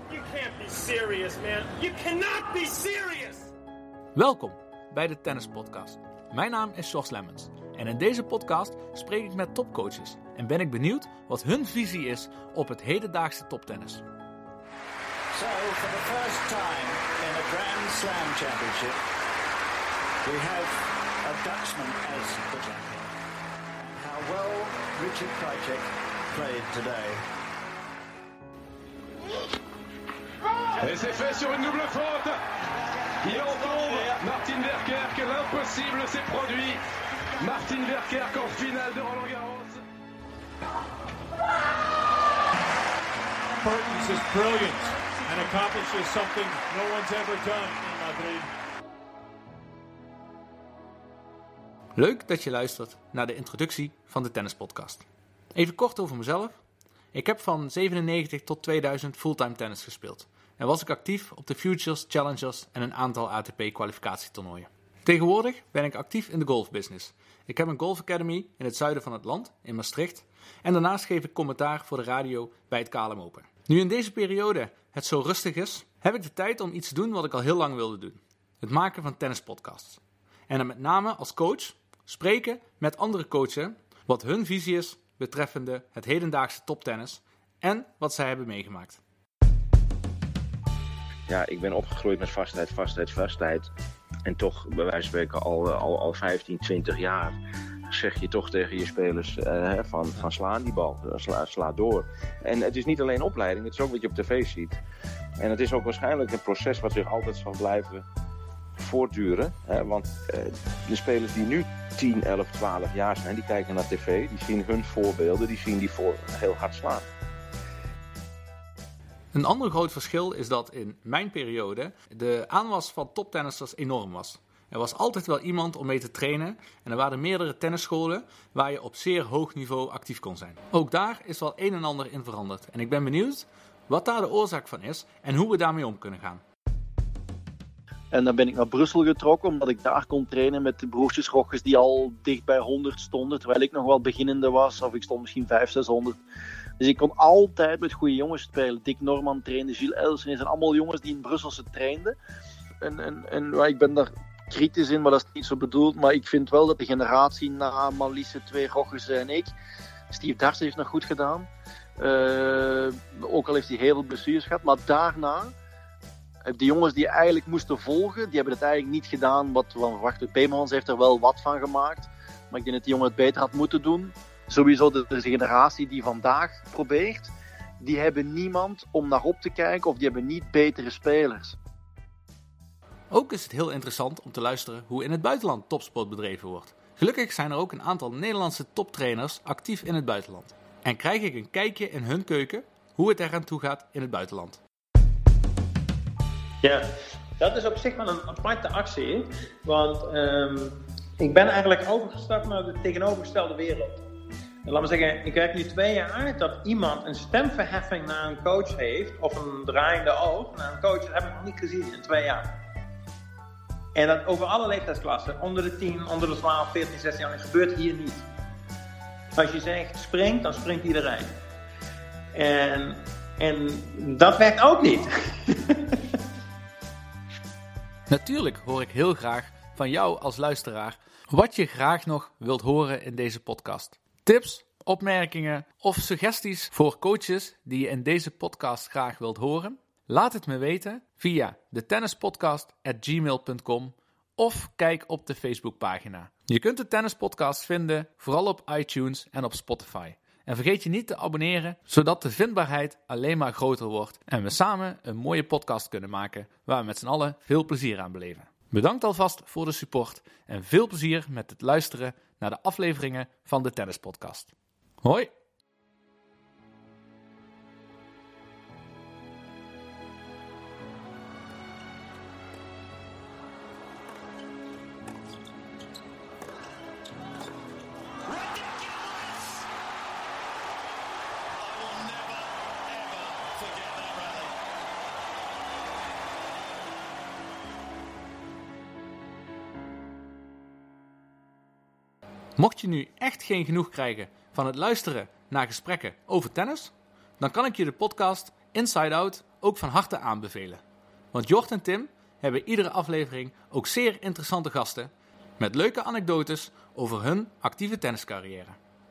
You can't be serious, man. You cannot be serious! Welkom bij de Tennis Podcast. Mijn naam is Jos Lemmens en in deze podcast spreek ik met topcoaches en ben ik benieuwd wat hun visie is op het hedendaagse toptennis. So, for the first time in a Grand Slam championship, we have a Dutchman as the champion. How well Richard Krajicek played today. Et c'est fait sur une double faute. Il entombe Martin Verkerk. L'impossible s'est produit. Martin Verkerk en finale de Roland Garros. Perkins is brilliant and accomplishes something no one's ever done in Madrid. Leuk dat je luistert naar de introductie van de Tennispodcast. Even kort over mezelf. Ik heb van 97 tot 2000 fulltime tennis gespeeld. En was ik actief op de Futures, Challengers en een aantal ATP-kwalificatietoernooien. Tegenwoordig ben ik actief in de golfbusiness. Ik heb een Golf Academy in het zuiden van het land, in Maastricht. En daarnaast geef ik commentaar voor de radio bij het KLM Open. Nu in deze periode het zo rustig is, heb ik de tijd om iets te doen wat ik al heel lang wilde doen. Het maken van tennispodcasts. En dan met name als coach spreken met andere coaches wat hun visie is betreffende het hedendaagse toptennis en wat zij hebben meegemaakt. Ja, ik ben opgegroeid met vastheid. En toch, bij wijze van spreken, al 15, 20 jaar zeg je toch tegen je spelers van slaan die bal, sla door. En het is niet alleen opleiding, het is ook wat je op tv ziet. En het is ook waarschijnlijk een proces wat zich altijd zal blijven voortduren. Want de spelers die nu 10, 11, 12 jaar zijn, die kijken naar tv, die zien hun voorbeelden, die zien die heel hard slaan. Een ander groot verschil is dat in mijn periode de aanwas van toptennissers enorm was. Er was altijd wel iemand om mee te trainen en er waren meerdere tennisscholen waar je op zeer hoog niveau actief kon zijn. Ook daar is wel een en ander in veranderd en ik ben benieuwd wat daar de oorzaak van is en hoe we daarmee om kunnen gaan. En dan ben ik naar Brussel getrokken, omdat ik daar kon trainen met de broertjes Rogges die al dicht bij 100 stonden, terwijl ik nog wel beginnende was, of ik stond misschien 500, 600. Dus ik kon altijd met goede jongens spelen. Dick Norman trainde, Gilles Elsen, zijn allemaal jongens die in Brusselse trainden. En ik ben daar kritisch in, maar dat is niet zo bedoeld. Maar ik vind wel dat de generatie na Malisse, 2 Rogges en ik, Steve Darce heeft nog goed gedaan. Ook al heeft hij heel veel blessures gehad, maar daarna de jongens die eigenlijk moesten volgen, die hebben het eigenlijk niet gedaan wat we verwachten. Peemans heeft er wel wat van gemaakt, maar ik denk dat die jongen het beter had moeten doen. Sowieso de generatie die vandaag probeert, die hebben niemand om naar op te kijken of die hebben niet betere spelers. Ook is het heel interessant om te luisteren hoe in het buitenland topsport bedreven wordt. Gelukkig zijn er ook een aantal Nederlandse toptrainers actief in het buitenland. En krijg ik een kijkje in hun keuken hoe het eraan toe gaat in het buitenland. Ja, dat is op zich wel een aparte actie, want ik ben eigenlijk overgestapt naar de tegenovergestelde wereld. En laat me zeggen, ik werk nu 2 jaar dat iemand een stemverheffing naar een coach heeft, of een draaiende oog naar een coach, dat heb ik nog niet gezien in 2 jaar. En dat over alle leeftijdsklassen, onder de 10, onder de 12, 14, 16 jaar, dat gebeurt hier niet. Als je zegt spring, dan springt iedereen. En dat werkt ook niet. Natuurlijk hoor ik heel graag van jou als luisteraar wat je graag nog wilt horen in deze podcast. Tips, opmerkingen of suggesties voor coaches die je in deze podcast graag wilt horen? Laat het me weten via thetennispodcast@gmail.com of kijk op de Facebookpagina. Je kunt de Tennispodcast vinden vooral op iTunes en op Spotify. En vergeet je niet te abonneren, zodat de vindbaarheid alleen maar groter wordt en we samen een mooie podcast kunnen maken waar we met z'n allen veel plezier aan beleven. Bedankt alvast voor de support en veel plezier met het luisteren naar de afleveringen van de Tennispodcast. Hoi! Mocht je nu echt geen genoeg krijgen van het luisteren naar gesprekken over tennis, dan kan ik je de podcast Inside Out ook van harte aanbevelen. Want Jort en Tim hebben iedere aflevering ook zeer interessante gasten met leuke anekdotes over hun actieve tenniscarrière.